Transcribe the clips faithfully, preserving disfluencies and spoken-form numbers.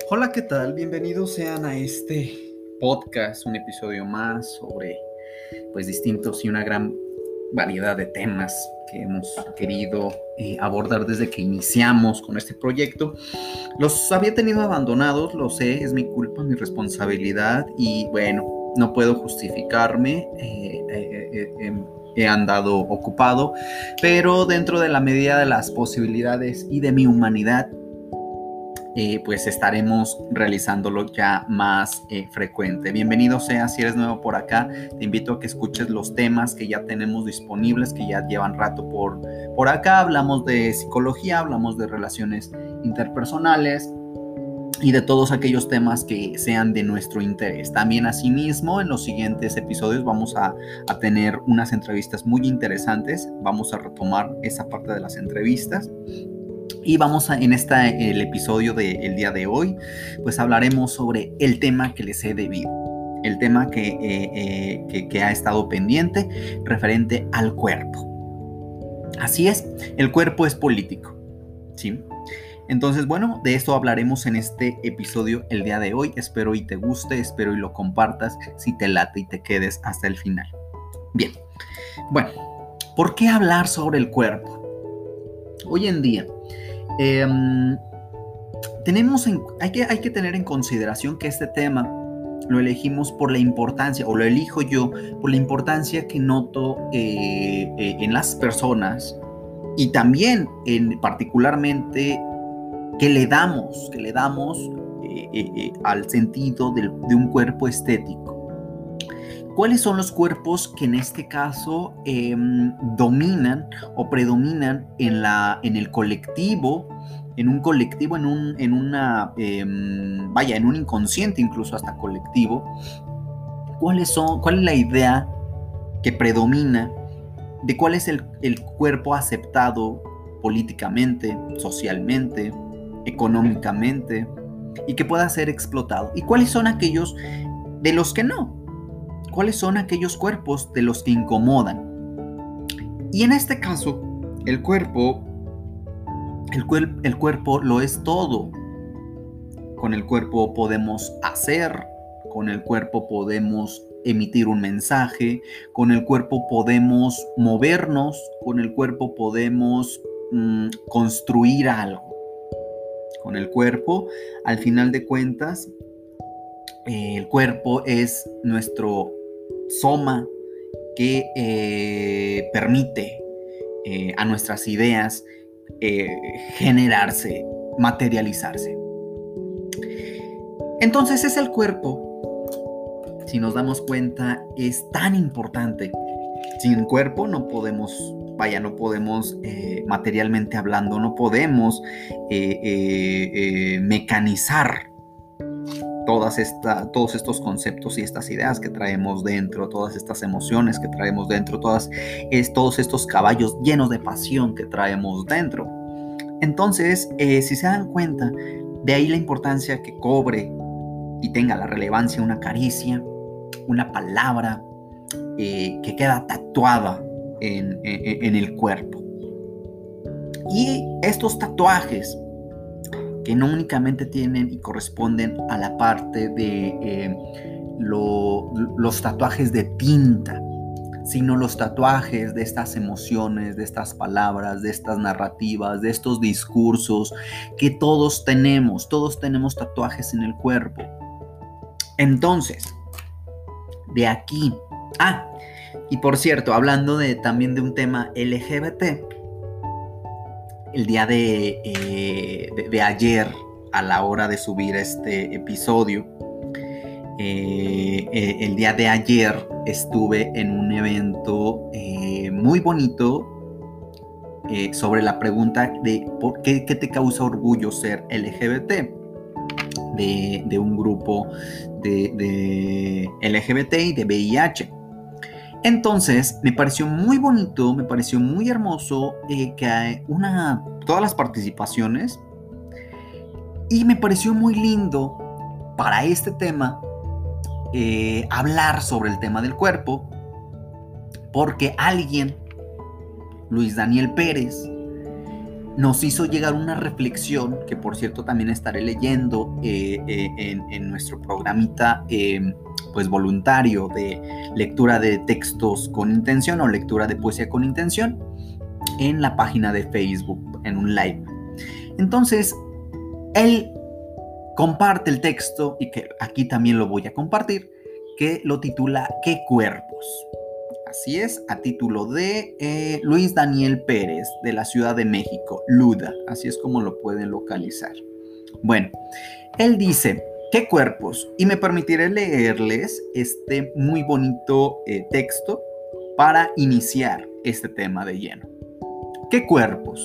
Hola, ¿qué tal? Bienvenidos sean a este podcast, un episodio más sobre pues distintos y una gran variedad de temas que hemos querido eh, abordar desde que iniciamos con este proyecto. Los había tenido abandonados, lo sé, es mi culpa, mi responsabilidad y bueno, no puedo justificarme, eh, eh, eh, eh, he andado ocupado, pero dentro de la medida de las posibilidades y de mi humanidad, Eh, pues estaremos realizándolo ya más eh, frecuente. Bienvenido sea, si eres nuevo por acá, te invito a que escuches los temas que ya tenemos disponibles, que ya llevan rato por, por acá. Hablamos de psicología, hablamos de relaciones interpersonales y de todos aquellos temas que sean de nuestro interés. También asimismo, en los siguientes episodios vamos a, a tener unas entrevistas muy interesantes. Vamos a retomar esa parte de las entrevistas. Y vamos a, en esta, el episodio del día de hoy, pues hablaremos sobre el tema que les he debido, el tema que, eh, eh, que, que ha estado pendiente referente al cuerpo. Así es, el cuerpo es político, ¿sí? Entonces, bueno, de esto hablaremos en este episodio el día de hoy. Espero y te guste, espero y lo compartas, si te late y te quedes hasta el final. Bien, bueno, ¿por qué hablar sobre el cuerpo? Hoy en día, Eh, tenemos en, hay, que, hay que tener en consideración que este tema lo elegimos por la importancia, o lo elijo yo por la importancia que noto eh, eh, en las personas y también en particularmente que le damos, que le damos eh, eh, eh, al sentido de, de un cuerpo estético. ¿Cuáles son los cuerpos que en este caso eh, dominan o predominan en, la, en el colectivo, en un colectivo, en un, en una, eh, vaya, en un inconsciente incluso hasta colectivo? ¿Cuáles son, cuál es la idea que predomina de cuál es el, el cuerpo aceptado políticamente, socialmente, económicamente y que pueda ser explotado? ¿Y cuáles son aquellos de los que no? ¿Cuáles son aquellos cuerpos de los que incomodan? Y en este caso, el cuerpo, el, cuer- el cuerpo lo es todo. Con el cuerpo podemos hacer, con el cuerpo podemos emitir un mensaje, con el cuerpo podemos movernos, con el cuerpo podemos mmm, construir algo. Con el cuerpo, al final de cuentas, eh, el cuerpo es nuestro soma que eh, permite eh, a nuestras ideas eh, generarse, materializarse. Entonces es el cuerpo, si nos damos cuenta, es tan importante. Sin cuerpo no podemos, vaya, no podemos eh, materialmente hablando, no podemos eh, eh, eh, mecanizar Todas esta, todos estos conceptos y estas ideas que traemos dentro, todas estas emociones que traemos dentro, todas, es, todos estos caballos llenos de pasión que traemos dentro. Entonces, eh, si se dan cuenta, de ahí la importancia que cobre y tenga la relevancia una caricia, una palabra eh, que queda tatuada en, en, en el cuerpo. Y estos tatuajes que no únicamente tienen y corresponden a la parte de eh, lo, los tatuajes de tinta, sino los tatuajes de estas emociones, de estas palabras, de estas narrativas, de estos discursos que todos tenemos, todos tenemos tatuajes en el cuerpo. Entonces, de aquí, ah, y por cierto, hablando de, también de un tema L G B T, el día de, eh, de, de ayer, a la hora de subir este episodio, eh, eh, el día de ayer estuve en un evento eh, muy bonito eh, sobre la pregunta de ¿por qué, qué te causa orgullo ser L G B T? De, de un grupo de, de L G B T y de V I H. Entonces, me pareció muy bonito, me pareció muy hermoso eh, que hay una, todas las participaciones, y me pareció muy lindo para este tema eh, hablar sobre el tema del cuerpo, porque alguien, Luis Daniel Pérez, nos hizo llegar una reflexión, que por cierto también estaré leyendo eh, eh, en, en nuestro programita eh, pues voluntario de lectura de textos con intención o lectura de poesía con intención en la página de Facebook, en un live. Entonces, él comparte el texto, y que aquí también lo voy a compartir, que lo titula ¿Qué cuerpos? Así es, a título de eh, Luis Daniel Pérez, de la Ciudad de México, Luda, así es como lo pueden localizar. Bueno, él dice, ¿qué cuerpos? Y me permitiré leerles este muy bonito eh, texto para iniciar este tema de lleno. ¿Qué cuerpos?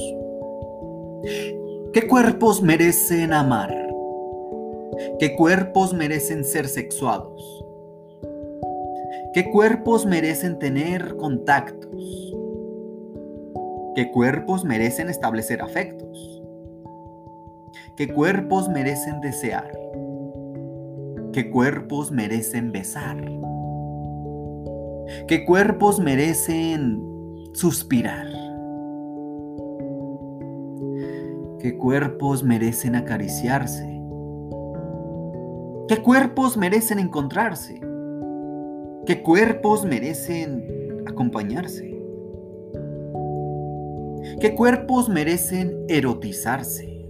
¿Qué cuerpos merecen amar? ¿Qué cuerpos merecen ser sexuados? ¿Qué cuerpos merecen tener contactos? ¿Qué cuerpos merecen establecer afectos? ¿Qué cuerpos merecen desear? ¿Qué cuerpos merecen besar? ¿Qué cuerpos merecen suspirar? ¿Qué cuerpos merecen acariciarse? ¿Qué cuerpos merecen encontrarse? ¿Qué cuerpos merecen acompañarse? ¿Qué cuerpos merecen erotizarse?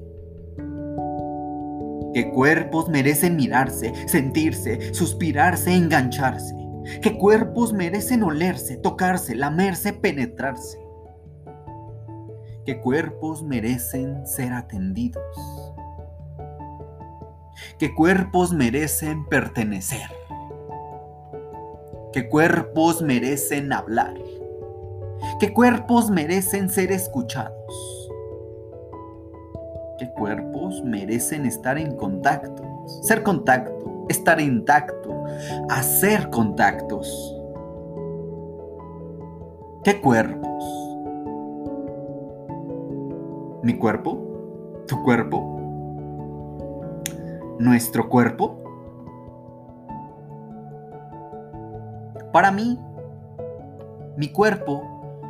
¿Qué cuerpos merecen mirarse, sentirse, suspirarse, engancharse? ¿Qué cuerpos merecen olerse, tocarse, lamerse, penetrarse? ¿Qué cuerpos merecen ser atendidos? ¿Qué cuerpos merecen pertenecer? ¿Qué cuerpos merecen hablar? ¿Qué cuerpos merecen ser escuchados? ¿Qué cuerpos merecen estar en contacto? Ser contacto, estar intacto, hacer contactos. ¿Qué cuerpos? ¿Mi cuerpo? ¿Tu cuerpo? ¿Nuestro cuerpo? Para mí, mi cuerpo,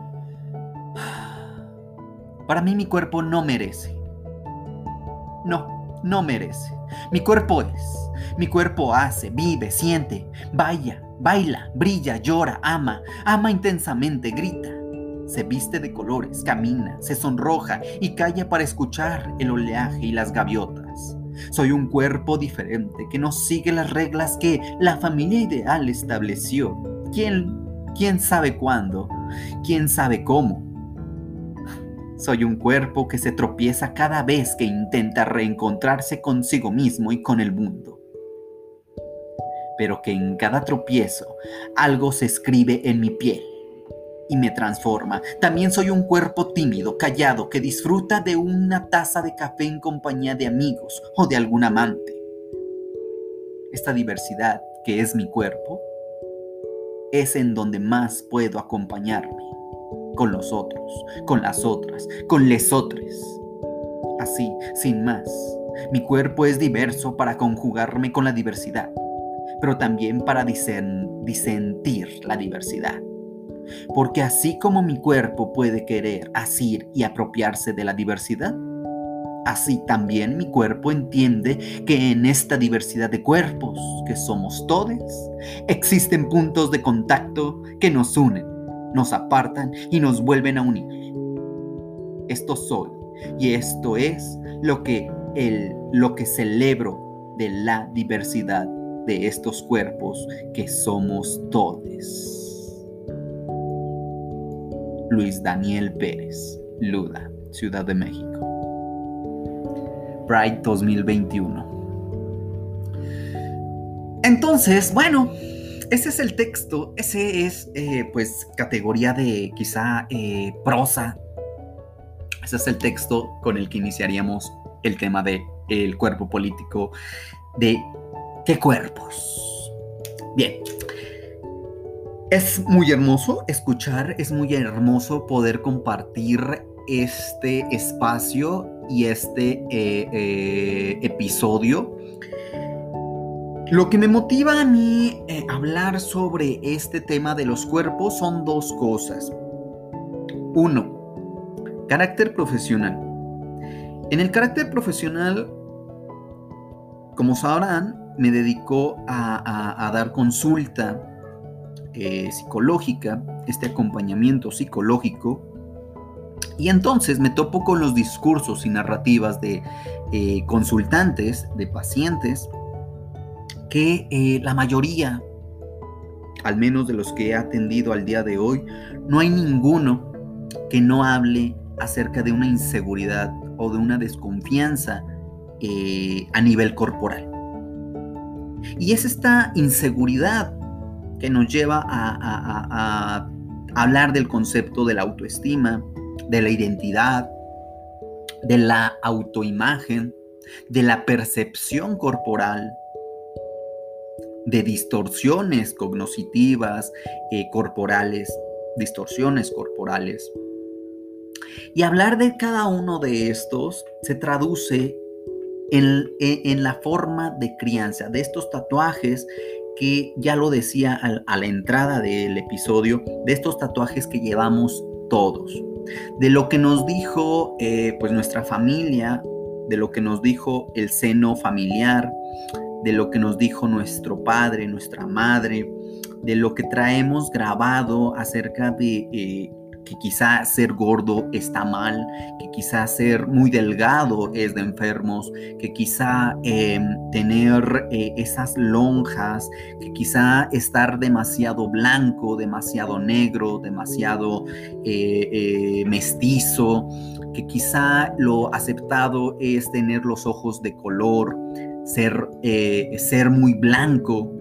para mí mi cuerpo no merece. No, no merece. Mi cuerpo es, mi cuerpo hace, vive, siente, vaya, baila, brilla, llora, ama, ama intensamente, grita, se viste de colores, camina, se sonroja y calla para escuchar el oleaje y las gaviotas. Soy un cuerpo diferente que no sigue las reglas que la familia ideal estableció. ¿Quién, quién sabe cuándo? ¿Quién sabe cómo? Soy un cuerpo que se tropieza cada vez que intenta reencontrarse consigo mismo y con el mundo. Pero que en cada tropiezo algo se escribe en mi piel y me transforma. También soy un cuerpo tímido, callado, que disfruta de una taza de café en compañía de amigos o de algún amante. Esta diversidad, que es mi cuerpo, es en donde más puedo acompañarme con los otros, con las otras, con lesotres. Así, sin más, mi cuerpo es diverso para conjugarme con la diversidad, pero también para disen- disentir la diversidad. Porque así como mi cuerpo puede querer, asir y apropiarse de la diversidad, así también mi cuerpo entiende que en esta diversidad de cuerpos que somos todos, existen puntos de contacto que nos unen, nos apartan y nos vuelven a unir. Esto soy y esto es lo que, el, lo que celebro de la diversidad de estos cuerpos que somos todos. Luis Daniel Pérez, Luda, Ciudad de México. Pride dos mil veintiuno. Entonces, bueno, ese es el texto, ese es eh, pues categoría de quizá eh, prosa. Ese es el texto con el que iniciaríamos el tema de el cuerpo político, de qué cuerpos. Bien. Es muy hermoso escuchar, es muy hermoso poder compartir este espacio y este eh, eh, episodio. Lo que me motiva a mí eh, hablar sobre este tema de los cuerpos son dos cosas. Uno, carácter profesional. En el carácter profesional, como sabrán, me dedico a, a, a dar consulta eh, psicológica, este acompañamiento psicológico, y entonces me topo con los discursos y narrativas de eh, consultantes, de pacientes, que eh, la mayoría, al menos de los que he atendido al día de hoy, no hay ninguno que no hable acerca de una inseguridad o de una desconfianza eh, a nivel corporal. Y es esta inseguridad que nos lleva a, a, a, a hablar del concepto de la autoestima, de la identidad, de la autoimagen, de la percepción corporal, de distorsiones cognitivas, eh, corporales, distorsiones corporales. Y hablar de cada uno de estos se traduce en, en la forma de crianza, de estos tatuajes que ya lo decía a, a la entrada del episodio, de estos tatuajes que llevamos todos, de lo que nos dijo eh, pues nuestra familia, de lo que nos dijo el seno familiar, de lo que nos dijo nuestro padre, nuestra madre, de lo que traemos grabado acerca de eh, que quizá ser gordo está mal, que quizá ser muy delgado es de enfermos, que quizá eh, tener eh, esas lonjas, que quizá estar demasiado blanco, demasiado negro, demasiado eh, eh, mestizo, que quizá lo aceptado es tener los ojos de color, ser, eh, ser muy blanco,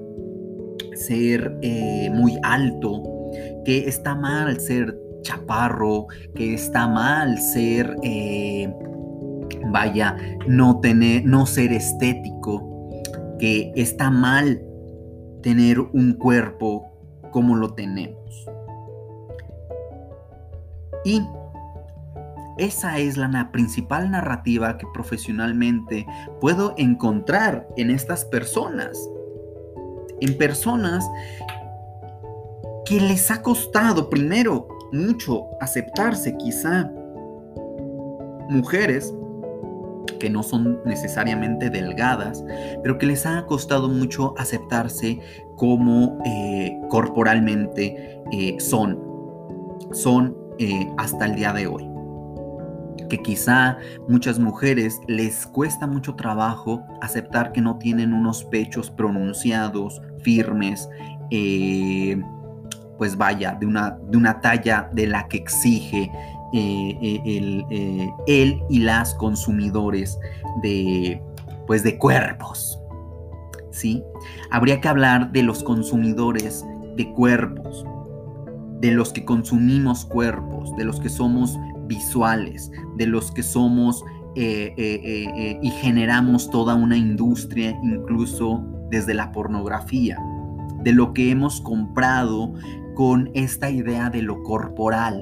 ser eh, muy alto, que está mal ser chaparro, que está mal ser, eh, vaya, no tener, no ser estético, que está mal tener un cuerpo como lo tenemos. Y esa es la principal narrativa que profesionalmente puedo encontrar en estas personas, en personas que les ha costado primero mucho aceptarse, quizá mujeres que no son necesariamente delgadas, pero que les ha costado mucho aceptarse como eh, corporalmente eh, son, son eh, hasta el día de hoy. Que quizá muchas mujeres les cuesta mucho trabajo aceptar que no tienen unos pechos pronunciados, firmes, eh, pues vaya, de una, de una talla de la que exige eh, eh, el, eh, él y las consumidores de, pues de cuerpos, ¿sí? Habría que hablar de los consumidores de cuerpos, de los que consumimos cuerpos, de los que somos visuales, de los que somos eh, eh, eh, eh, y generamos toda una industria, incluso desde la pornografía, de lo que hemos comprado con esta idea de lo corporal,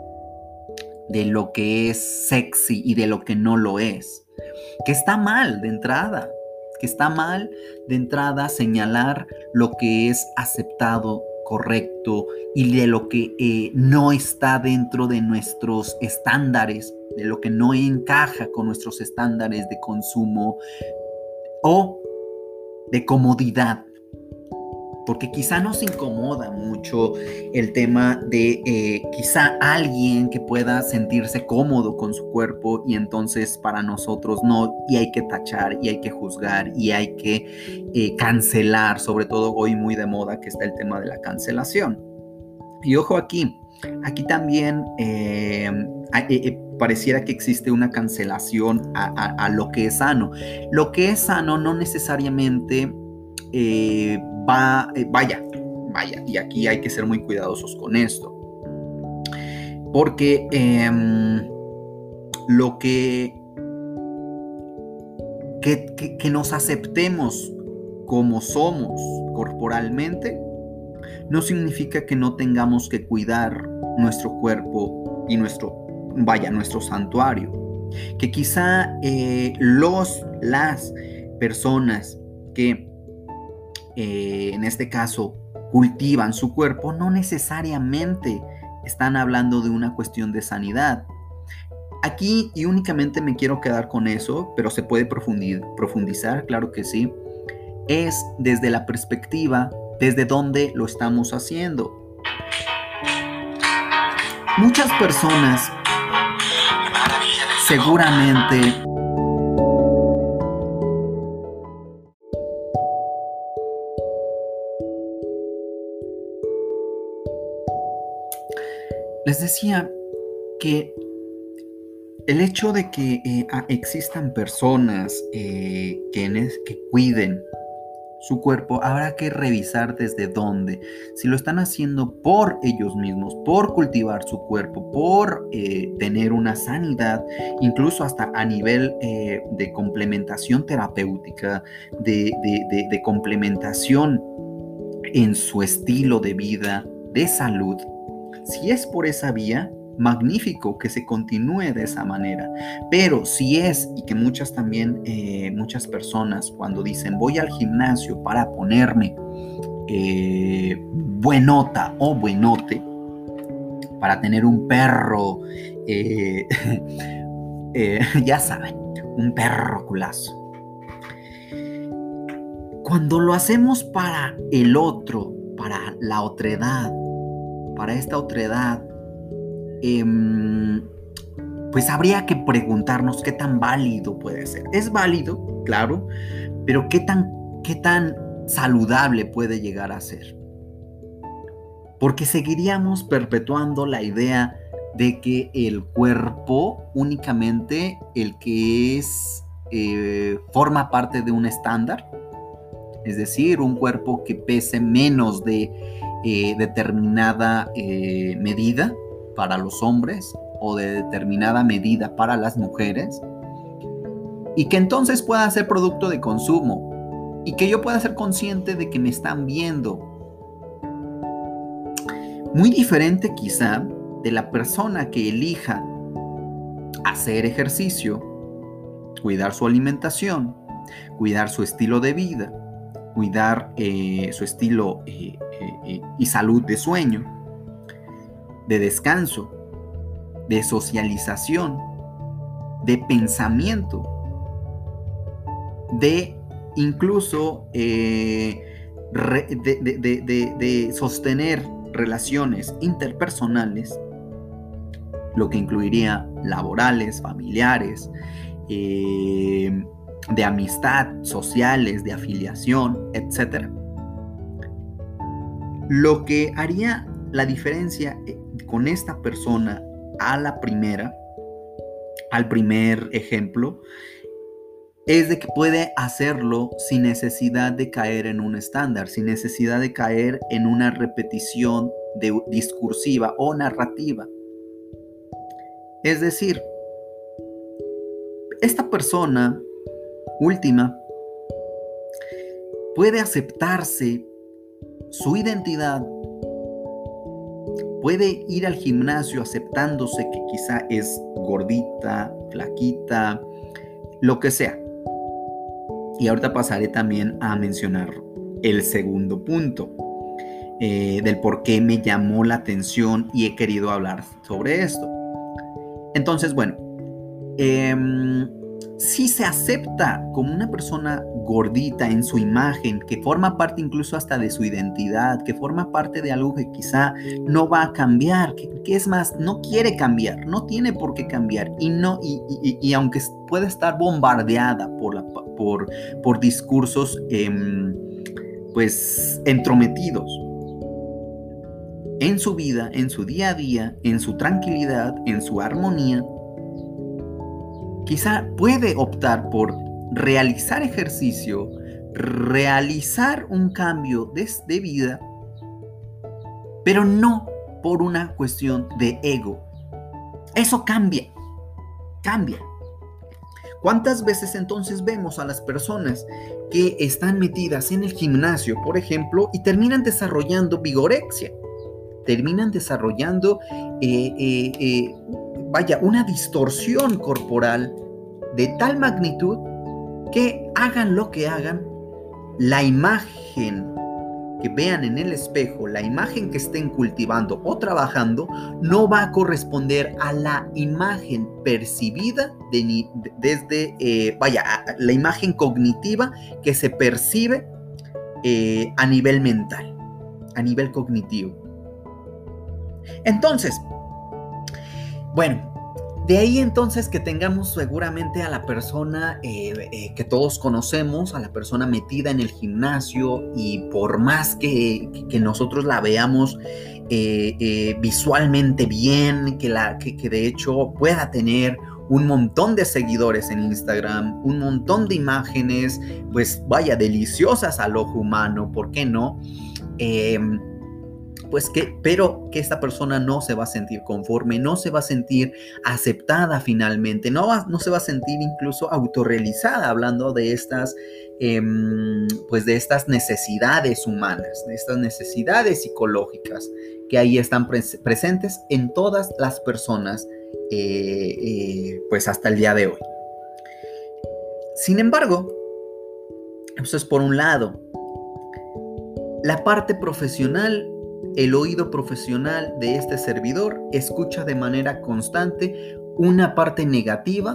de lo que es sexy y de lo que no lo es, que está mal de entrada, que está mal de entrada señalar lo que es aceptado, correcto, y de lo que eh, no está dentro de nuestros estándares, de lo que no encaja con nuestros estándares de consumo o de comodidad. Porque quizá nos incomoda mucho el tema de eh, quizá alguien que pueda sentirse cómodo con su cuerpo y entonces para nosotros no, y hay que tachar y hay que juzgar y hay que eh, cancelar, sobre todo hoy muy de moda que está el tema de la cancelación. Y ojo aquí, aquí también eh, eh, pareciera que existe una cancelación a, a, a lo que es sano. Lo que es sano no necesariamente eh, va, eh, vaya, vaya, y aquí hay que ser muy cuidadosos con esto, porque eh, lo que, que, que, que nos aceptemos como somos corporalmente no significa que no tengamos que cuidar nuestro cuerpo y nuestro, vaya, nuestro santuario, que quizá eh, los, las personas que Eh, en este caso cultivan su cuerpo no necesariamente están hablando de una cuestión de sanidad. Aquí y únicamente me quiero quedar con eso, pero se puede profundizar, claro que sí, es desde la perspectiva desde donde lo estamos haciendo. Muchas personas seguramente les decía que el hecho de que eh, existan personas eh, que, en es, que cuiden su cuerpo, habrá que revisar desde dónde. Si lo están haciendo por ellos mismos, por cultivar su cuerpo, por eh, tener una sanidad, incluso hasta a nivel eh, de complementación terapéutica, de, de, de, de complementación en su estilo de vida, de salud. Si es por esa vía, magnífico que se continúe de esa manera. Pero si es, y que muchas también, eh, muchas personas cuando dicen voy al gimnasio para ponerme eh, buenota o buenote, para tener un perro, eh, eh, ya saben, un perro culazo. Cuando lo hacemos para el otro, para la otredad, para esta otredad, Eh, pues habría que preguntarnos qué tan válido puede ser. Es válido, claro, pero qué tan, qué tan saludable puede llegar a ser. Porque seguiríamos perpetuando la idea de que el cuerpo, únicamente el que es, eh, forma parte de un estándar, es decir, un cuerpo que pese menos de eh, determinada eh, medida, para los hombres o de determinada medida para las mujeres, y que entonces pueda ser producto de consumo y que yo pueda ser consciente de que me están viendo. Muy diferente quizá de la persona que elija hacer ejercicio, cuidar su alimentación, cuidar su estilo de vida, cuidar eh, su estilo eh, eh, eh, y salud de sueño, de descanso, de socialización, de pensamiento, de incluso eh, re, de, de, de, de, de sostener relaciones interpersonales, lo que incluiría laborales, familiares, eh, de amistad, sociales, de afiliación, etcétera. Lo que haría la diferencia con esta persona a la primera, al primer ejemplo, es de que puede hacerlo sin necesidad de caer en un estándar, sin necesidad de caer en una repetición de, discursiva o narrativa. Es decir, esta persona última puede aceptarse su identidad, puede ir al gimnasio aceptándose que quizá es gordita, flaquita, lo que sea. Y ahorita pasaré también a mencionar el segundo punto eh, del por qué me llamó la atención y he querido hablar sobre esto. Entonces, bueno, eh, si se acepta como una persona gordita en su imagen, que forma parte incluso hasta de su identidad, que forma parte de algo que quizá no va a cambiar, que, que es más, no quiere cambiar, no tiene por qué cambiar, y, no, y, y, y aunque puede estar bombardeada por, la, por, por discursos eh, pues entrometidos en su vida, en su día a día, en su tranquilidad, en su armonía, quizá puede optar por realizar ejercicio, realizar un cambio de, de vida, pero no por una cuestión de ego. Eso cambia, cambia. ¿Cuántas veces entonces vemos a las personas que están metidas en el gimnasio, por ejemplo, y terminan desarrollando vigorexia? Terminan desarrollando, eh, eh, eh, vaya, una distorsión corporal de tal magnitud que hagan lo que hagan, la imagen que vean en el espejo, la imagen que estén cultivando o trabajando, no va a corresponder a la imagen percibida de, desde, eh, vaya, la imagen cognitiva que se percibe eh, a nivel mental, a nivel cognitivo. Entonces, bueno, de ahí entonces que tengamos seguramente a la persona eh, eh, que todos conocemos, a la persona metida en el gimnasio, y por más que, que nosotros la veamos eh, eh, visualmente bien, que, la, que, que de hecho pueda tener un montón de seguidores en Instagram, un montón de imágenes, pues vaya, deliciosas al ojo humano, ¿por qué no? Eh, Pues que, pero que esta persona no se va a sentir conforme, no se va a sentir aceptada finalmente, no, va, no se va a sentir incluso autorrealizada, hablando de estas, eh, pues de estas necesidades humanas, de estas necesidades psicológicas que ahí están pres- presentes en todas las personas, eh, eh, pues hasta el día de hoy. Sin embargo, eso es por un lado. La parte profesional. El oído profesional de este servidor escucha de manera constante una parte negativa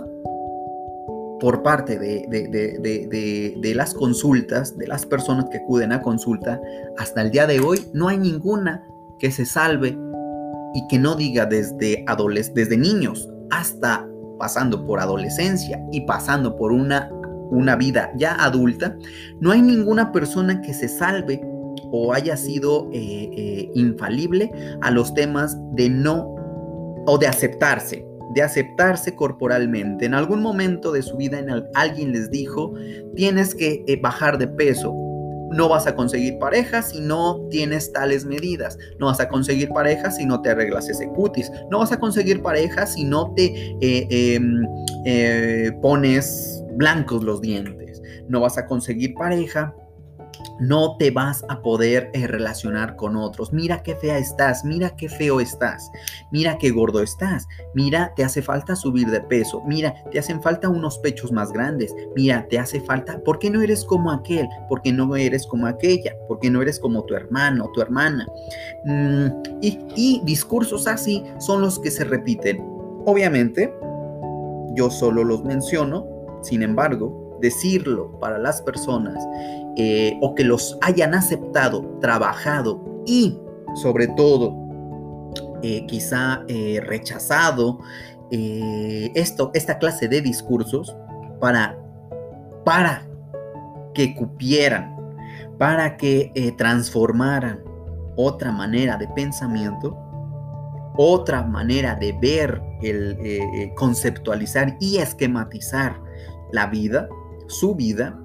por parte de, de, de, de, de, de las consultas, de las personas que acuden a consulta. Hasta el día de hoy no hay ninguna que se salve y que no diga desde, adoles- desde niños hasta pasando por adolescencia y pasando por una, una vida ya adulta, no hay ninguna persona que se salve o haya sido eh, eh, infalible a los temas de no, o de aceptarse, de aceptarse corporalmente. En algún momento de su vida en el, alguien les dijo, tienes que eh, bajar de peso, no vas a conseguir pareja si no tienes tales medidas, no vas a conseguir pareja si no te arreglas ese cutis, no vas a conseguir pareja si no te eh, eh, eh, pones blancos los dientes, no vas a conseguir pareja, no te vas a poder eh, relacionar con otros. Mira qué fea estás, mira qué feo estás, mira qué gordo estás, mira, te hace falta subir de peso, mira, te hacen falta unos pechos más grandes, mira, te hace falta, ¿por qué no eres como aquel? ¿Por qué no eres como aquella? ¿Por qué no eres como tu hermano o tu hermana? Mm, y, y discursos así son los que se repiten. Obviamente, yo solo los menciono, sin embargo, decirlo para las personas eh, o que los hayan aceptado, trabajado y sobre todo eh, quizá eh, rechazado eh, esto, esta clase de discursos para, para que cupieran, para que eh, transformaran otra manera de pensamiento, otra manera de ver, el eh, eh, conceptualizar y esquematizar la vida, su vida,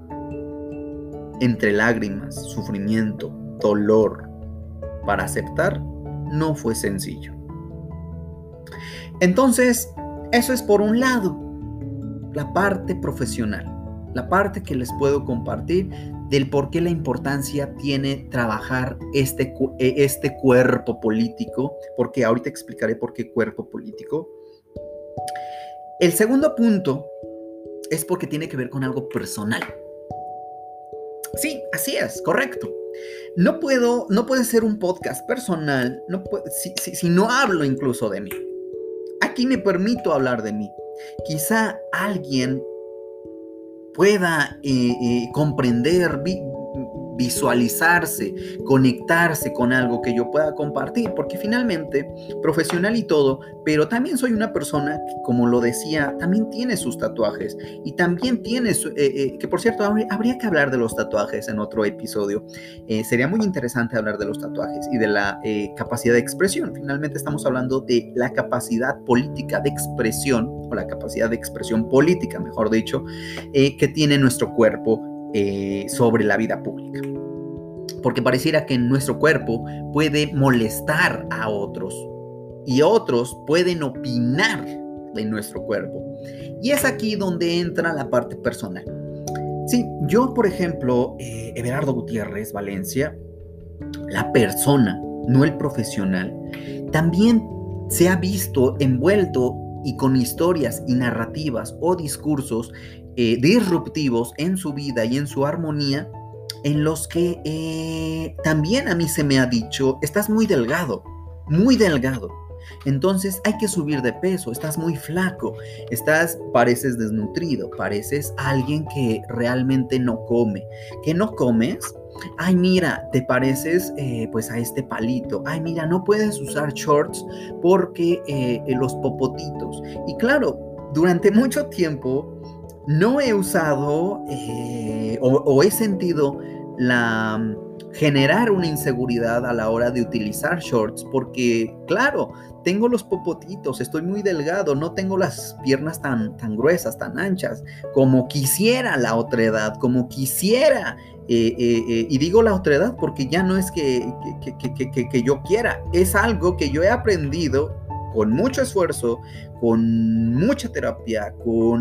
entre lágrimas, sufrimiento, dolor, para aceptar, no fue sencillo. Entonces, eso es por un lado, la parte profesional, la parte que les puedo compartir del por qué la importancia tiene trabajar este, este cuerpo político, porque ahorita explicaré por qué cuerpo político. El segundo punto es porque tiene que ver con algo personal. Sí, así es, correcto. No puedo, no puede ser un podcast personal no puede, si, si, si no hablo incluso de mí. Aquí me permito hablar de mí. Quizá alguien pueda eh, eh, comprender, vi, visualizarse, conectarse con algo que yo pueda compartir, porque finalmente, profesional y todo, pero también soy una persona que, como lo decía, también tiene sus tatuajes y también tiene, su, eh, eh, que por cierto, habría, habría que hablar de los tatuajes en otro episodio. Eh, sería muy interesante hablar de los tatuajes y de la eh, capacidad de expresión. Finalmente estamos hablando de la capacidad política de expresión, o la capacidad de expresión política, mejor dicho, eh, que tiene nuestro cuerpo Eh, sobre la vida pública, porque pareciera que nuestro cuerpo puede molestar a otros y otros pueden opinar de nuestro cuerpo, y es aquí donde entra la parte personal. Sí, yo por ejemplo, eh, Everardo Gutiérrez Valencia, la persona, no el profesional, también se ha visto envuelto y con historias y narrativas o discursos Eh, disruptivos en su vida y en su armonía, en los que eh, también a mí se me ha dicho, estás muy delgado, muy delgado. Entonces hay que subir de peso, estás muy flaco, estás, pareces desnutrido, pareces alguien que realmente no come. ¿Que no comes? Ay, mira, te pareces eh, pues a este palito. Ay, mira, no puedes usar shorts porque eh, los popotitos. Y claro, durante mucho tiempo no he usado eh, o, o he sentido la generar una inseguridad a la hora de utilizar shorts porque, claro, tengo los popotitos, estoy muy delgado, no tengo las piernas tan, tan gruesas, tan anchas, como quisiera la otra edad, como quisiera, eh, eh, eh, y digo la otra edad porque ya no es que, que, que, que, que, que yo quiera, es algo que yo he aprendido con mucho esfuerzo, con mucha terapia,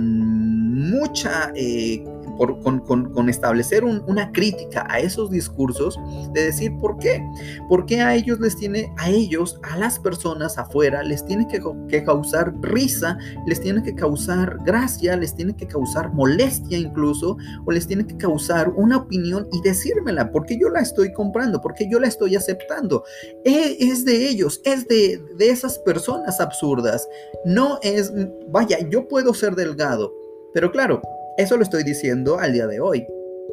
con mucha, eh, por, con, con, con establecer un, una crítica a esos discursos, de decir por qué, por qué a ellos les tiene, a ellos, a las personas afuera, les tiene que, que causar risa, les tiene que causar gracia, les tiene que causar molestia incluso, o les tiene que causar una opinión y decírmela, porque yo la estoy comprando, porque yo la estoy aceptando. Es, es de ellos, es de, de esas personas absurdas. No es, vaya, yo puedo ser delgado, pero claro, eso lo estoy diciendo al día de hoy.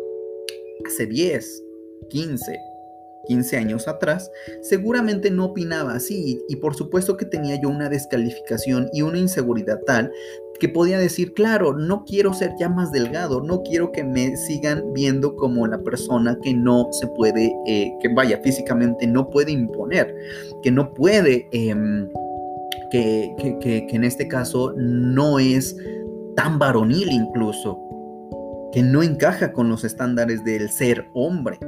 Hace diez, quince, quince años atrás, seguramente no opinaba así y por supuesto que tenía yo una descalificación y una inseguridad tal que podía decir, claro, no quiero ser ya más delgado, no quiero que me sigan viendo como la persona que no se puede, eh, que vaya, físicamente no puede imponer, que no puede... Eh, Que, que, que, que en este caso no es tan varonil incluso, que no encaja con los estándares del ser hombre,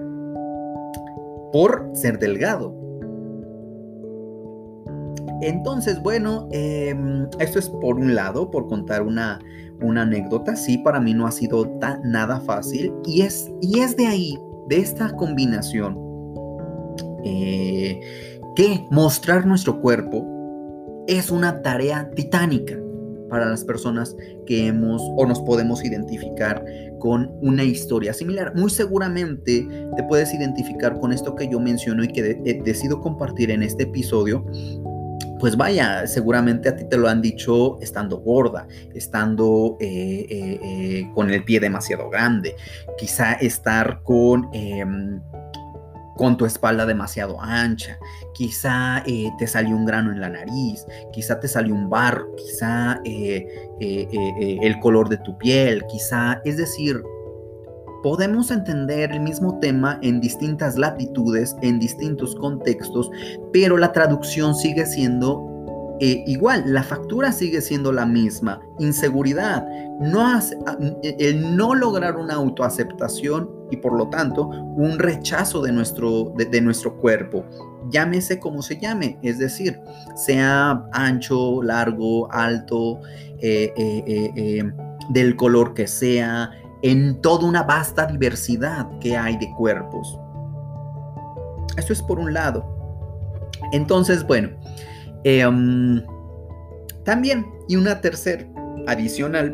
por ser delgado. Entonces, bueno, eh, esto es por un lado, por contar una, una anécdota. Sí, para mí no ha sido tan, nada fácil, y es, y es de ahí, de esta combinación, eh, que mostrar nuestro cuerpo es una tarea titánica para las personas que hemos o nos podemos identificar con una historia similar. Muy seguramente te puedes identificar con esto que yo menciono y que de, eh, decido compartir en este episodio. Pues vaya, seguramente a ti te lo han dicho estando gorda, estando eh, eh, eh, con el pie demasiado grande, quizá estar con... Eh, con tu espalda demasiado ancha, quizá eh, te salió un grano en la nariz, quizá te salió un barro, quizá eh, eh, eh, eh, el color de tu piel, quizá, es decir, podemos entender el mismo tema en distintas latitudes, en distintos contextos, pero la traducción sigue siendo eh, igual, la factura sigue siendo la misma, inseguridad, no hace, el no lograr una autoaceptación y por lo tanto un rechazo de nuestro, de, de nuestro cuerpo, llámese como se llame, es decir, sea ancho, largo, alto, eh, eh, eh, eh, del color que sea, en toda una vasta diversidad que hay de cuerpos. Esto es por un lado. Entonces, bueno, eh, um, también, y una tercera adicional,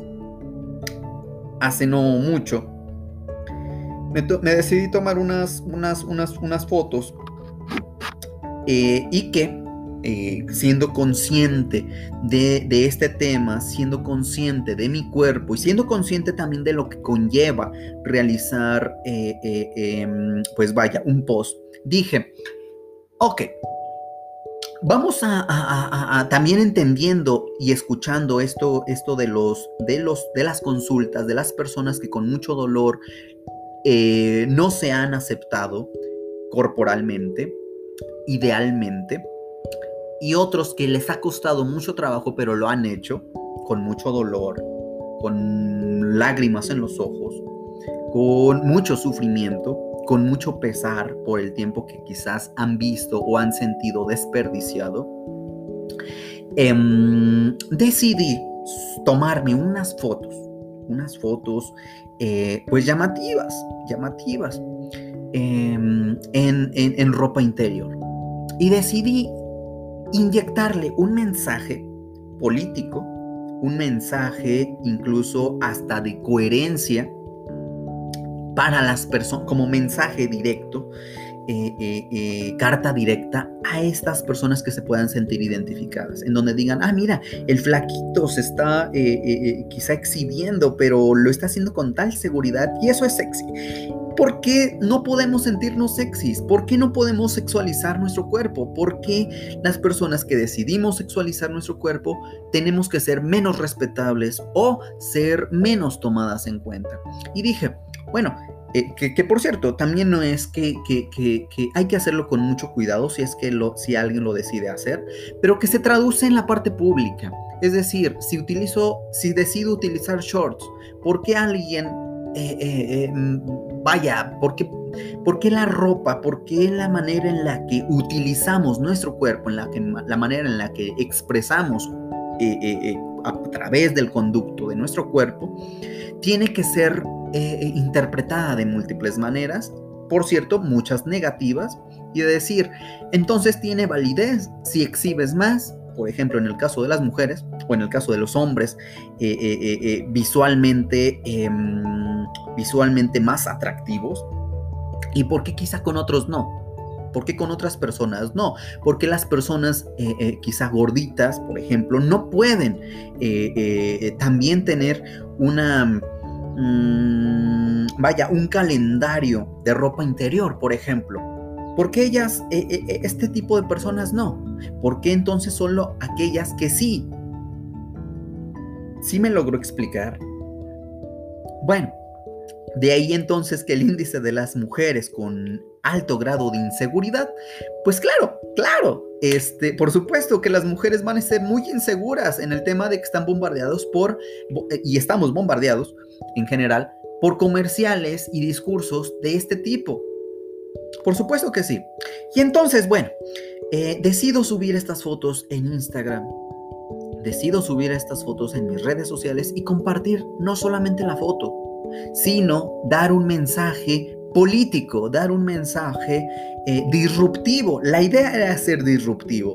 hace no mucho, me, to- me decidí tomar unas, unas, unas, unas fotos eh, y que Eh, siendo consciente de, de este tema, siendo consciente de mi cuerpo y siendo consciente también de lo que conlleva realizar, eh, eh, eh, pues vaya, un post, dije, ok, vamos a, a, a, a también entendiendo y escuchando esto, esto de, los, de, los, de las consultas, de las personas que con mucho dolor eh, no se han aceptado corporalmente, idealmente, y otros que les ha costado mucho trabajo, pero lo han hecho con mucho dolor, con lágrimas en los ojos, con mucho sufrimiento, con mucho pesar por el tiempo que quizás han visto o han sentido desperdiciado. Eh, decidí tomarme unas fotos, unas fotos eh, pues llamativas, llamativas eh, en, en, en ropa interior. Y decidí inyectarle un mensaje político, un mensaje incluso hasta de coherencia para las personas, como mensaje directo, eh, eh, eh, carta directa a estas personas que se puedan sentir identificadas, en donde digan, ah, mira, el flaquito se está eh, eh, quizá exhibiendo, pero lo está haciendo con tal seguridad y eso es sexy. ¿Por qué no podemos sentirnos sexys? ¿Por qué no podemos sexualizar nuestro cuerpo? ¿Por qué las personas que decidimos sexualizar nuestro cuerpo tenemos que ser menos respetables o ser menos tomadas en cuenta? Y dije, bueno, eh, que, que por cierto, también no es que, que, que, que hay que hacerlo con mucho cuidado si es que lo, si alguien lo decide hacer, pero que se traduce en la parte pública. Es decir, si utilizo, si decido utilizar shorts, ¿por qué alguien Eh, eh, eh, vaya, ¿por qué, ¿por qué la ropa? ¿Por qué la manera en la que utilizamos nuestro cuerpo, en la, que, la manera en la que expresamos eh, eh, eh, a través del conducto de nuestro cuerpo, tiene que ser eh, interpretada de múltiples maneras? Por cierto, muchas negativas, y de decir, entonces tiene validez si exhibes más, por ejemplo, en el caso de las mujeres o en el caso de los hombres, eh, eh, eh, visualmente, eh, visualmente más atractivos. ¿Y por qué quizá con otros no? ¿Por qué con otras personas no? Porque las personas eh, eh, quizá gorditas, por ejemplo, no pueden eh, eh, también tener una, mmm, vaya, un calendario de ropa interior, por ejemplo. ¿Por qué ellas, eh, eh, este tipo de personas no? ¿Por qué entonces solo aquellas que sí? ¿Sí me logro explicar? Bueno, de ahí entonces que el índice de las mujeres con alto grado de inseguridad, pues claro, claro, este, por supuesto que las mujeres van a ser muy inseguras en el tema de que están bombardeados por, y estamos bombardeados en general, por comerciales y discursos de este tipo. Por supuesto que sí. Y entonces, bueno, eh, decido subir estas fotos en Instagram. Decido subir estas fotos en mis redes sociales y compartir no solamente la foto, sino dar un mensaje político, dar un mensaje eh, disruptivo. La idea era ser disruptivo.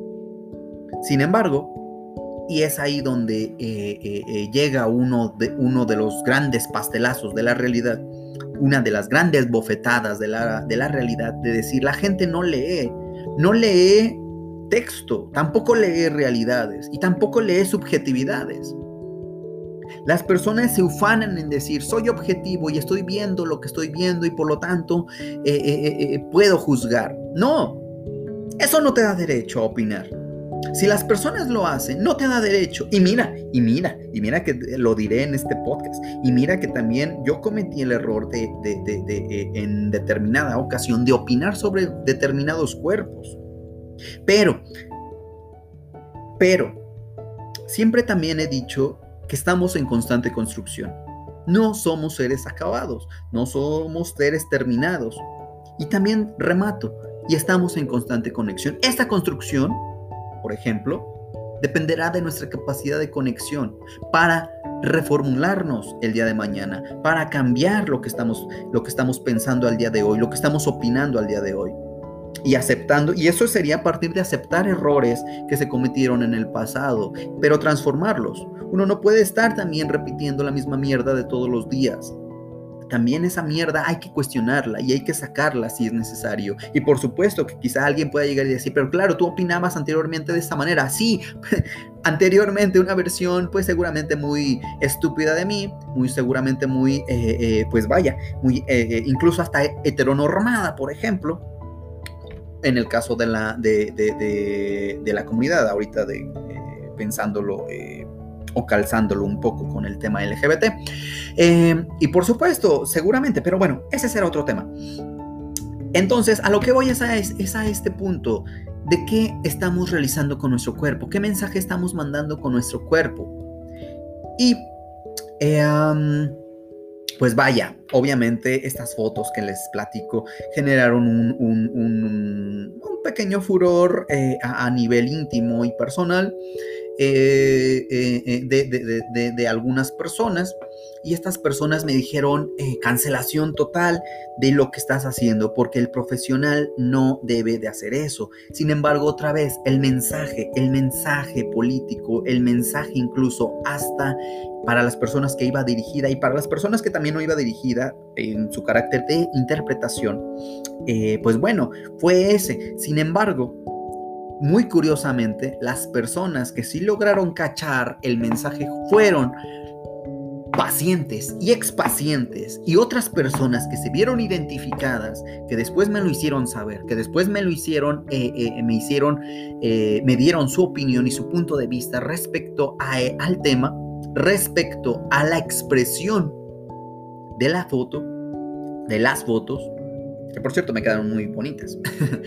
Sin embargo, y es ahí donde eh, eh, eh, llega uno de, uno de los grandes pastelazos de la realidad, una de las grandes bofetadas de la, de la realidad, de decir, la gente no lee, no lee texto, tampoco lee realidades y tampoco lee subjetividades. Las personas se ufanan en decir, soy objetivo y estoy viendo lo que estoy viendo y por lo tanto eh, eh, eh, puedo juzgar. No, eso no te da derecho a opinar. Si las personas lo hacen, no te da derecho. Y mira, y mira, y mira que lo diré en este podcast. Y mira que también yo cometí el error de, de, de, de, de en determinada ocasión de opinar sobre determinados cuerpos. Pero, pero, siempre también he dicho que estamos en constante construcción. No somos seres acabados, no somos seres terminados. Y también remato, y estamos en constante conexión. Esta construcción, por ejemplo, dependerá de nuestra capacidad de conexión para reformularnos el día de mañana, para cambiar lo que estamos, lo que estamos pensando al día de hoy, lo que estamos opinando al día de hoy. Y aceptando, y eso sería a partir de aceptar errores que se cometieron en el pasado, pero transformarlos. Uno no puede estar también repitiendo la misma mierda de todos los días. También esa mierda hay que cuestionarla y hay que sacarla si es necesario. Y por supuesto que quizá alguien pueda llegar y decir, pero claro, tú opinabas anteriormente de esta manera. Sí, anteriormente una versión pues seguramente muy estúpida de mí, muy seguramente muy, eh, eh, pues vaya, muy eh, incluso hasta heteronormada, por ejemplo. En el caso de la, de, de, de, de la comunidad, ahorita de, eh, pensándolo eh, o calzándolo un poco con el tema L G B T. Eh, y por supuesto, seguramente, pero bueno, ese será otro tema. Entonces, a lo que voy es a, es a este punto de qué estamos realizando con nuestro cuerpo, qué mensaje estamos mandando con nuestro cuerpo. Y eh, um, pues vaya, obviamente estas fotos que les platico generaron un, un, un, un pequeño furor eh, a, a nivel íntimo y personal. eh, eh, de, de, de, de, de algunas personas, y estas personas me dijeron eh, cancelación total de lo que estás haciendo, porque el profesional no debe de hacer eso. Sin embargo, otra vez, el mensaje, el mensaje político, el mensaje incluso hasta para las personas que iba dirigida y para las personas que también no iba dirigida en su carácter de interpretación, eh, pues bueno, fue ese. Sin embargo, muy curiosamente, las personas que sí lograron cachar el mensaje fueron pacientes y expacientes y otras personas que se vieron identificadas, que después me lo hicieron saber, que después me lo hicieron, eh, eh, me hicieron, eh, me dieron su opinión y su punto de vista respecto a, eh, al tema, respecto a la expresión de la foto, de las fotos, que por cierto me quedaron muy bonitas.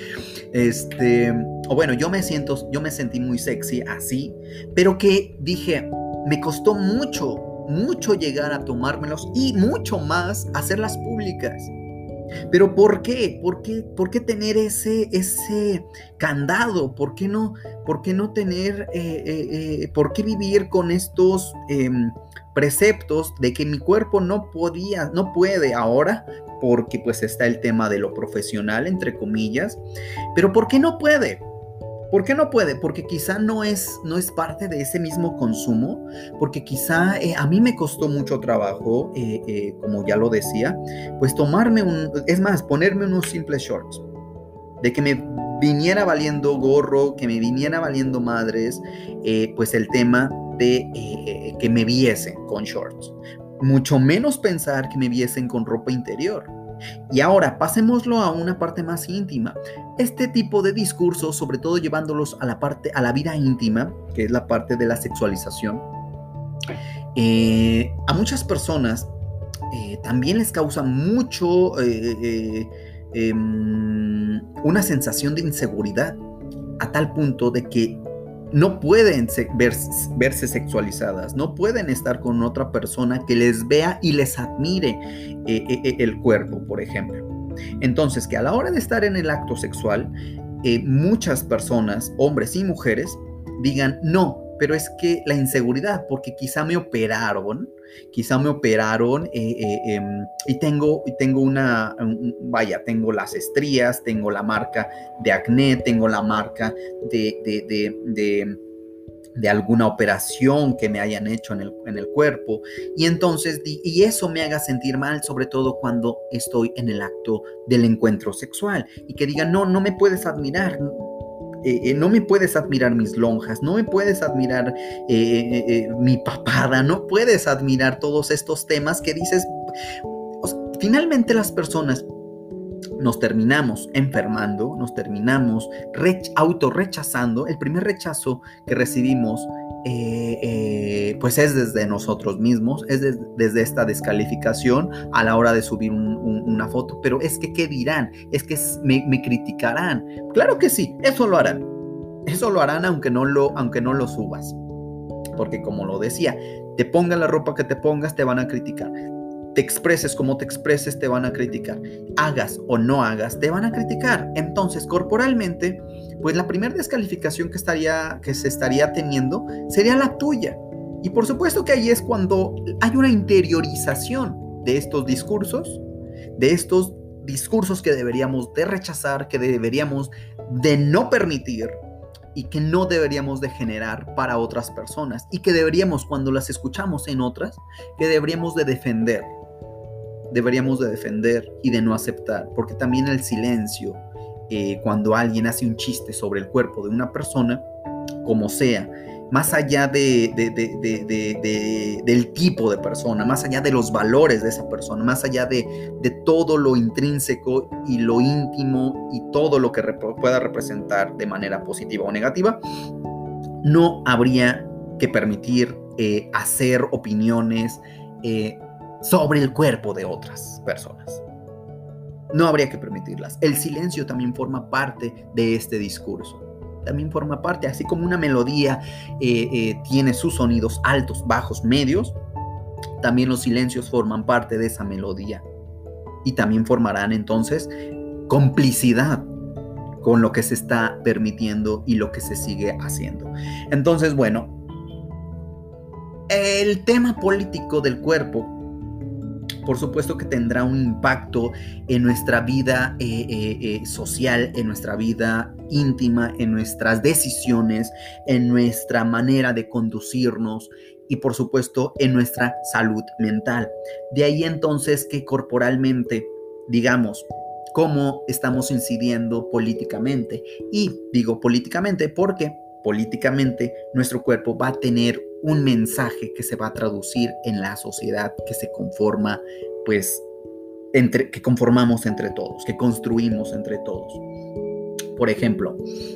este, o bueno, yo me siento, yo me sentí muy sexy así, pero que dije, me costó mucho, mucho llegar a tomármelos y mucho más hacerlas públicas. Pero ¿por qué? ¿Por qué, por qué tener ese, ese candado? ¿Por qué no, por qué no tener, eh, eh, eh, por qué vivir con estos eh, preceptos de que mi cuerpo no podía, no puede ahora? Porque pues está el tema de lo profesional, entre comillas. Pero ¿por qué no puede? ¿Por qué no puede? Porque quizá no es, no es parte de ese mismo consumo, porque quizá eh, a mí me costó mucho trabajo, eh, eh, como ya lo decía, pues tomarme un, es más, ponerme unos simples shorts, de que me viniera valiendo gorro, que me viniera valiendo madres, eh, pues el tema de eh, que me viesen con shorts, mucho menos pensar que me viesen con ropa interior. Y ahora pasémoslo a una parte más íntima. Este tipo de discursos, sobre todo llevándolos a la parte, a la vida íntima, que es la parte de la sexualización, eh, a muchas personas eh, también les causa mucho eh, eh, eh, una sensación de inseguridad, a tal punto de que no pueden se- verse, verse sexualizadas, no pueden estar con otra persona que les vea y les admire eh, eh, el cuerpo, por ejemplo. Entonces, que a la hora de estar en el acto sexual, eh, muchas personas, hombres y mujeres, digan, no, pero es que la inseguridad, porque quizá me operaron, quizá me operaron eh, eh, eh, y tengo, y tengo una, un, vaya, tengo las estrías, tengo la marca de acné, tengo la marca de, de, de, de de alguna operación que me hayan hecho en el, en el cuerpo, y entonces y eso me haga sentir mal, sobre todo cuando estoy en el acto del encuentro sexual, y que digan, no, no me puedes admirar, eh, eh, no me puedes admirar mis lonjas, no me puedes admirar eh, eh, eh, mi papada, no puedes admirar todos estos temas que dices. O sea, finalmente las personas nos terminamos enfermando, nos terminamos rech- autorrechazando. El primer rechazo que recibimos eh, eh, pues es desde nosotros mismos, es de- desde esta descalificación a la hora de subir un, un, una foto. Pero es que, ¿qué dirán? Es que me, me criticarán. Claro que sí, eso lo harán. Eso lo harán aunque no lo, aunque no lo subas. Porque como lo decía, te pongan la ropa que te pongas, te van a criticar. Te expreses como te expreses, te van a criticar. Hagas o no hagas, te van a criticar. Entonces, corporalmente, pues la primera descalificación que, estaría, que se estaría teniendo sería la tuya. Y por supuesto que ahí es cuando hay una interiorización de estos discursos, de estos discursos que deberíamos de rechazar, que deberíamos de no permitir y que no deberíamos de generar para otras personas, y que deberíamos, cuando las escuchamos en otras, que deberíamos de defender. Deberíamos de defender y de no aceptar, porque también el silencio, eh, cuando alguien hace un chiste sobre el cuerpo de una persona, como sea, más allá de, de, de, de, de, de, del tipo de persona, más allá de los valores de esa persona, más allá de, de todo lo intrínseco y lo íntimo y todo lo que rep- pueda representar de manera positiva o negativa, no habría que permitir eh, hacer opiniones eh, sobre el cuerpo de otras personas. No habría que permitirlas. El silencio también forma parte de este discurso. También forma parte, así como una melodía eh, eh, tiene sus sonidos altos, bajos, medios, también los silencios forman parte de esa melodía. Y también formarán entonces complicidad con lo que se está permitiendo y lo que se sigue haciendo. Entonces, bueno, el tema político del cuerpo, por supuesto que tendrá un impacto en nuestra vida eh, eh, eh, social, en nuestra vida íntima, en nuestras decisiones, en nuestra manera de conducirnos y por supuesto en nuestra salud mental. De ahí entonces que corporalmente, digamos, cómo estamos incidiendo políticamente. Y digo políticamente porque políticamente nuestro cuerpo va a tener un mensaje que se va a traducir en la sociedad que se conforma, pues, entre, que conformamos entre todos, que construimos entre todos. Por ejemplo,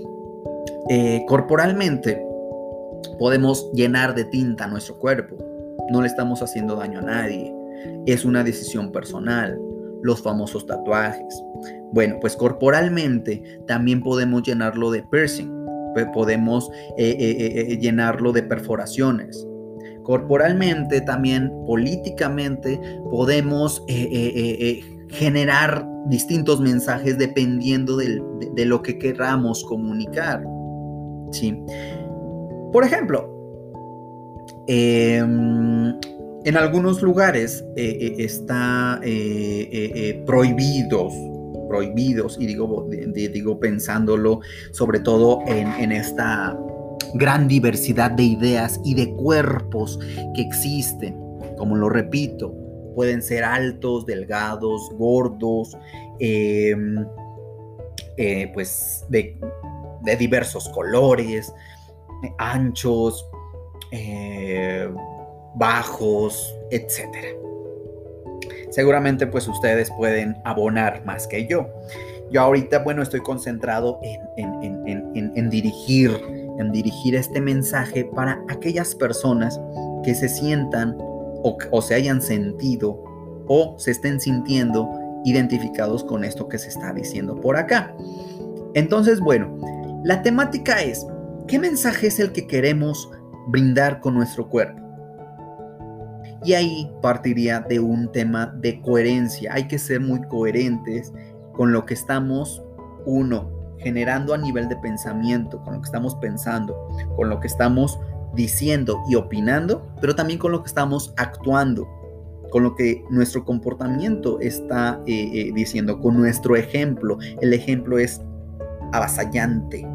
eh, corporalmente podemos llenar de tinta nuestro cuerpo. No le estamos haciendo daño a nadie. Es una decisión personal. Los famosos tatuajes. Bueno, pues corporalmente también podemos llenarlo de piercing. Podemos eh, eh, eh, llenarlo de perforaciones. Corporalmente, también políticamente, podemos eh, eh, eh, eh, generar distintos mensajes dependiendo de, de, de lo que queramos comunicar. ¿Sí? Por ejemplo, eh, en algunos lugares eh, eh, está eh, eh, eh, prohibidos prohibidos, y digo, digo pensándolo sobre todo en, en esta gran diversidad de ideas y de cuerpos que existen. Como lo repito, pueden ser altos, delgados, gordos, eh, eh, pues de, de diversos colores, anchos, eh, bajos, etcétera. Seguramente pues ustedes pueden abonar más que yo. Yo ahorita, bueno, estoy concentrado en, en, en, en, en, en dirigir, en dirigir este mensaje para aquellas personas que se sientan o, o se hayan sentido o se estén sintiendo identificados con esto que se está diciendo por acá. Entonces, bueno, la temática es, ¿qué mensaje es el que queremos brindar con nuestro cuerpo? Y ahí partiría de un tema de coherencia. Hay que ser muy coherentes con lo que estamos, uno, generando a nivel de pensamiento, con lo que estamos pensando, con lo que estamos diciendo y opinando, pero también con lo que estamos actuando, con lo que nuestro comportamiento está eh, eh, diciendo, con nuestro ejemplo. El ejemplo es avasallante,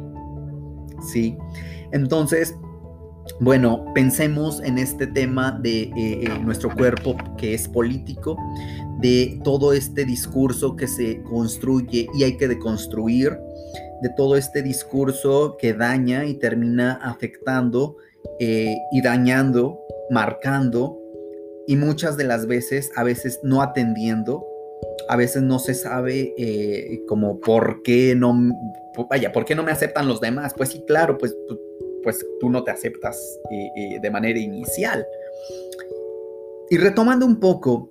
¿sí? Entonces, bueno, pensemos en este tema de eh, nuestro cuerpo que es político, de todo este discurso que se construye y hay que deconstruir, de todo este discurso que daña y termina afectando eh, y dañando, marcando y muchas de las veces, a veces no atendiendo, a veces no se sabe eh, como por qué no, vaya, por qué no me aceptan los demás. Pues sí, claro, pues pues tú no te aceptas eh, eh, de manera inicial. Y retomando un poco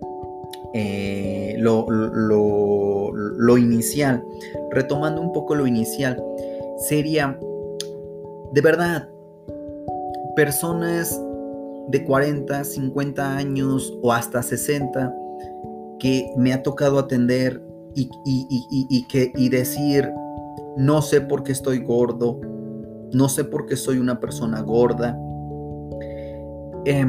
eh, lo, lo, lo inicial, retomando un poco lo inicial, sería, de verdad, personas de cuarenta, cincuenta años o hasta sesenta que me ha tocado atender y, y, y, y, y, que, y decir, no sé por qué estoy gordo, no sé por qué soy una persona gorda, eh,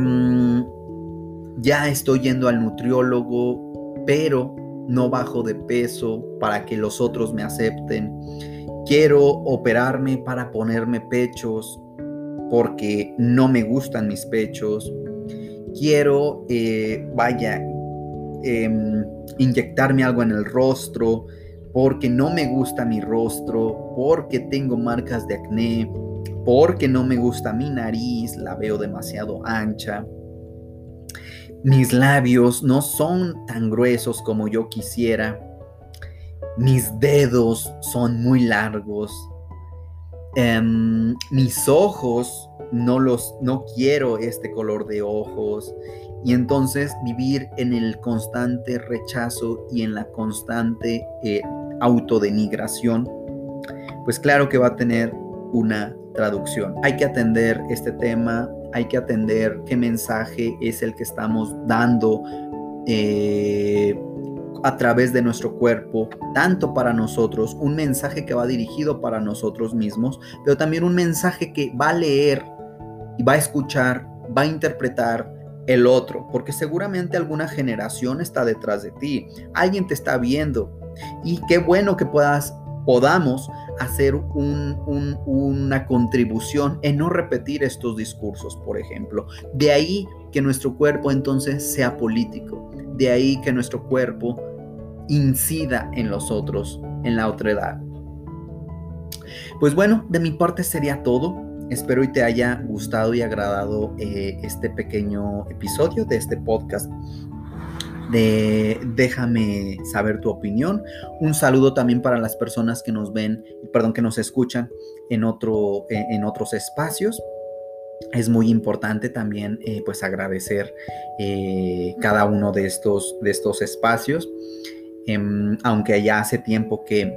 ya estoy yendo al nutriólogo, pero no bajo de peso para que los otros me acepten. Quiero operarme para ponerme pechos porque no me gustan mis pechos. Quiero, eh, vaya, eh, inyectarme algo en el rostro porque no me gusta mi rostro, porque tengo marcas de acné, porque no me gusta mi nariz, la veo demasiado ancha. Mis labios no son tan gruesos como yo quisiera. Mis dedos son muy largos. Um, mis ojos, no los, no quiero este color de ojos. Y entonces vivir en el constante rechazo y en la constante eh, autodenigración, pues claro que va a tener una traducción. Hay que atender este tema, hay que atender qué mensaje es el que estamos dando eh, a través de nuestro cuerpo, tanto para nosotros, un mensaje que va dirigido para nosotros mismos, pero también un mensaje que va a leer y va a escuchar, va a interpretar el otro, porque seguramente alguna generación está detrás de ti, alguien te está viendo, y qué bueno que puedas, podamos hacer un, un, una contribución en no repetir estos discursos, por ejemplo. De ahí que nuestro cuerpo entonces sea político, de ahí que nuestro cuerpo incida en los otros, en la otra edad. Pues bueno, de mi parte sería todo. Espero y te haya gustado y agradado eh, este pequeño episodio de este podcast. De, déjame saber tu opinión. Un saludo también para las personas que nos ven, perdón, que nos escuchan en, otro, eh, en otros espacios. Es muy importante también eh, pues agradecer eh, cada uno de estos, de estos espacios. Eh, aunque ya hace tiempo que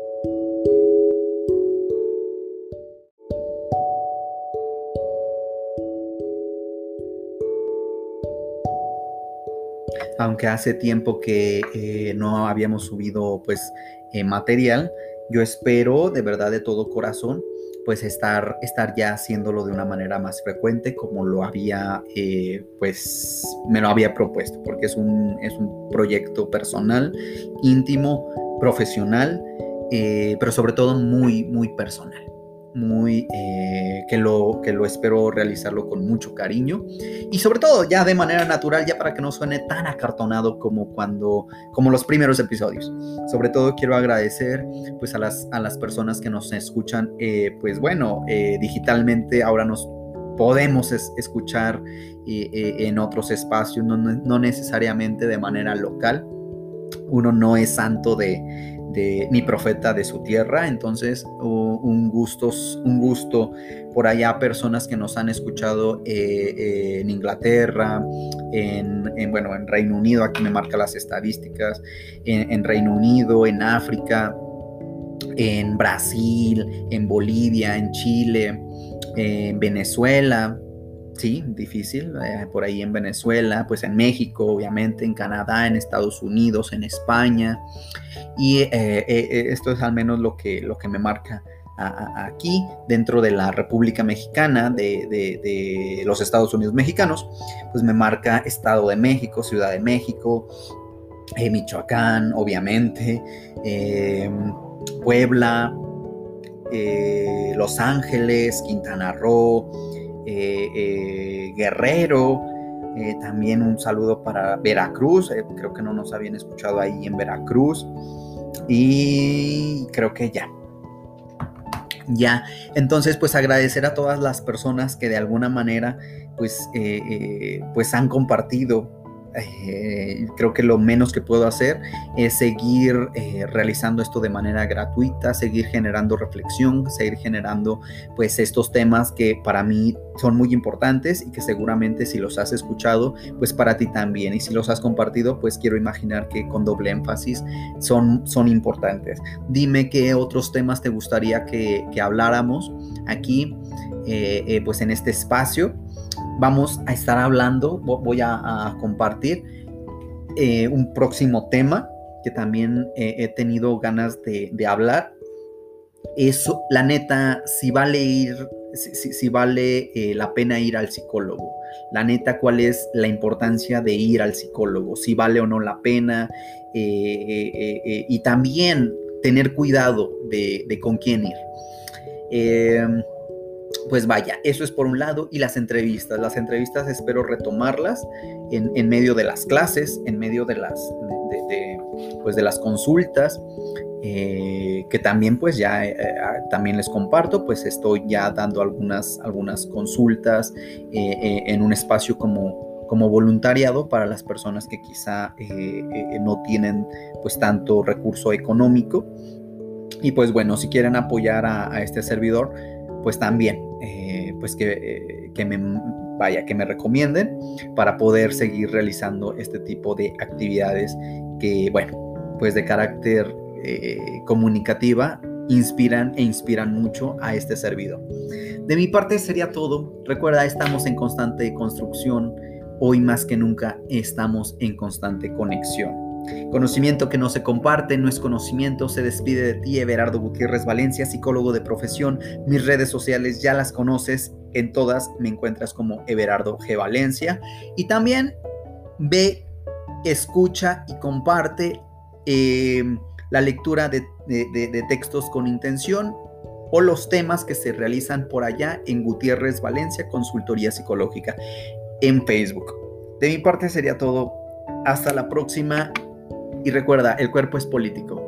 aunque hace tiempo que eh, no habíamos subido pues eh, material, yo espero de verdad de todo corazón pues estar, estar ya haciéndolo de una manera más frecuente como lo había eh, pues me lo había propuesto, porque es un, es un proyecto personal, íntimo, profesional, eh, pero sobre todo muy, muy personal. Muy eh, que lo que lo espero realizarlo con mucho cariño y sobre todo ya de manera natural, ya para que no suene tan acartonado como cuando como los primeros episodios. Sobre todo quiero agradecer pues a las a las personas que nos escuchan eh, pues bueno eh, digitalmente. Ahora nos podemos es, escuchar eh, eh, en otros espacios, no, no necesariamente de manera local. Uno no es santo de De, ni profeta de su tierra, entonces uh, un, gusto, un gusto por allá, personas que nos han escuchado eh, eh, en Inglaterra, en, en, bueno, en Reino Unido, aquí me marca las estadísticas, en, en Reino Unido, en África, en Brasil, en Bolivia, en Chile, en Venezuela. Sí, difícil, eh, por ahí en Venezuela, pues en México, obviamente, en Canadá, en Estados Unidos, en España. Y eh, eh, esto es al menos lo que, lo que me marca a, a, aquí, dentro de la República Mexicana, de, de, de los Estados Unidos mexicanos, pues me marca Estado de México, Ciudad de México, eh, Michoacán, obviamente, eh, Puebla, eh, Los Ángeles, Quintana Roo, eh, eh, Guerrero. Eh, también un saludo para Veracruz, eh, creo que no nos habían escuchado ahí en Veracruz, y creo que ya, ya, entonces pues agradecer a todas las personas que de alguna manera pues, eh, eh, pues han compartido. Eh, creo que lo menos que puedo hacer es seguir eh, realizando esto de manera gratuita, seguir generando reflexión, seguir generando pues estos temas que para mí son muy importantes y que seguramente si los has escuchado pues para ti también, y si los has compartido pues quiero imaginar que con doble énfasis son, son importantes. Dime qué otros temas te gustaría que, que habláramos aquí eh, eh, pues en este espacio. Vamos a estar hablando, voy a, a compartir eh, un próximo tema que también eh, he tenido ganas de, de hablar. Eso, la neta, si vale ir, si, si, si vale eh, la pena ir al psicólogo. La neta, ¿cuál es la importancia de ir al psicólogo? Si vale o no la pena. Eh, eh, eh, y también tener cuidado de, de con quién ir. Eh, Pues vaya, eso es por un lado. Y las entrevistas, las entrevistas espero retomarlas en, en medio de las clases, en medio de las, de, de, de, pues de las consultas, eh, que también pues ya eh, también les comparto, pues estoy ya dando algunas, algunas consultas eh, eh, en un espacio como, como voluntariado para las personas que quizá eh, eh, no tienen pues tanto recurso económico. Y pues bueno, si quieren apoyar a, a este servidor, pues también, eh, pues que, eh, que me vaya, que me recomienden para poder seguir realizando este tipo de actividades que, bueno, pues de carácter eh, comunicativa, inspiran e inspiran mucho a este servidor. De mi parte sería todo. Recuerda, estamos en constante construcción. Hoy más que nunca estamos en constante conexión. Conocimiento que no se comparte no es conocimiento. Se despide de ti Everardo Gutiérrez Valencia, psicólogo de profesión. Mis redes sociales ya las conoces En todas me encuentras como Everardo G. Valencia. Y también ve, escucha y comparte eh, la lectura de, de, de, de textos con intención o los temas que se realizan por allá en Gutiérrez Valencia Consultoría Psicológica en Facebook. De mi parte sería todo. Hasta la próxima y recuerda, el cuerpo es político.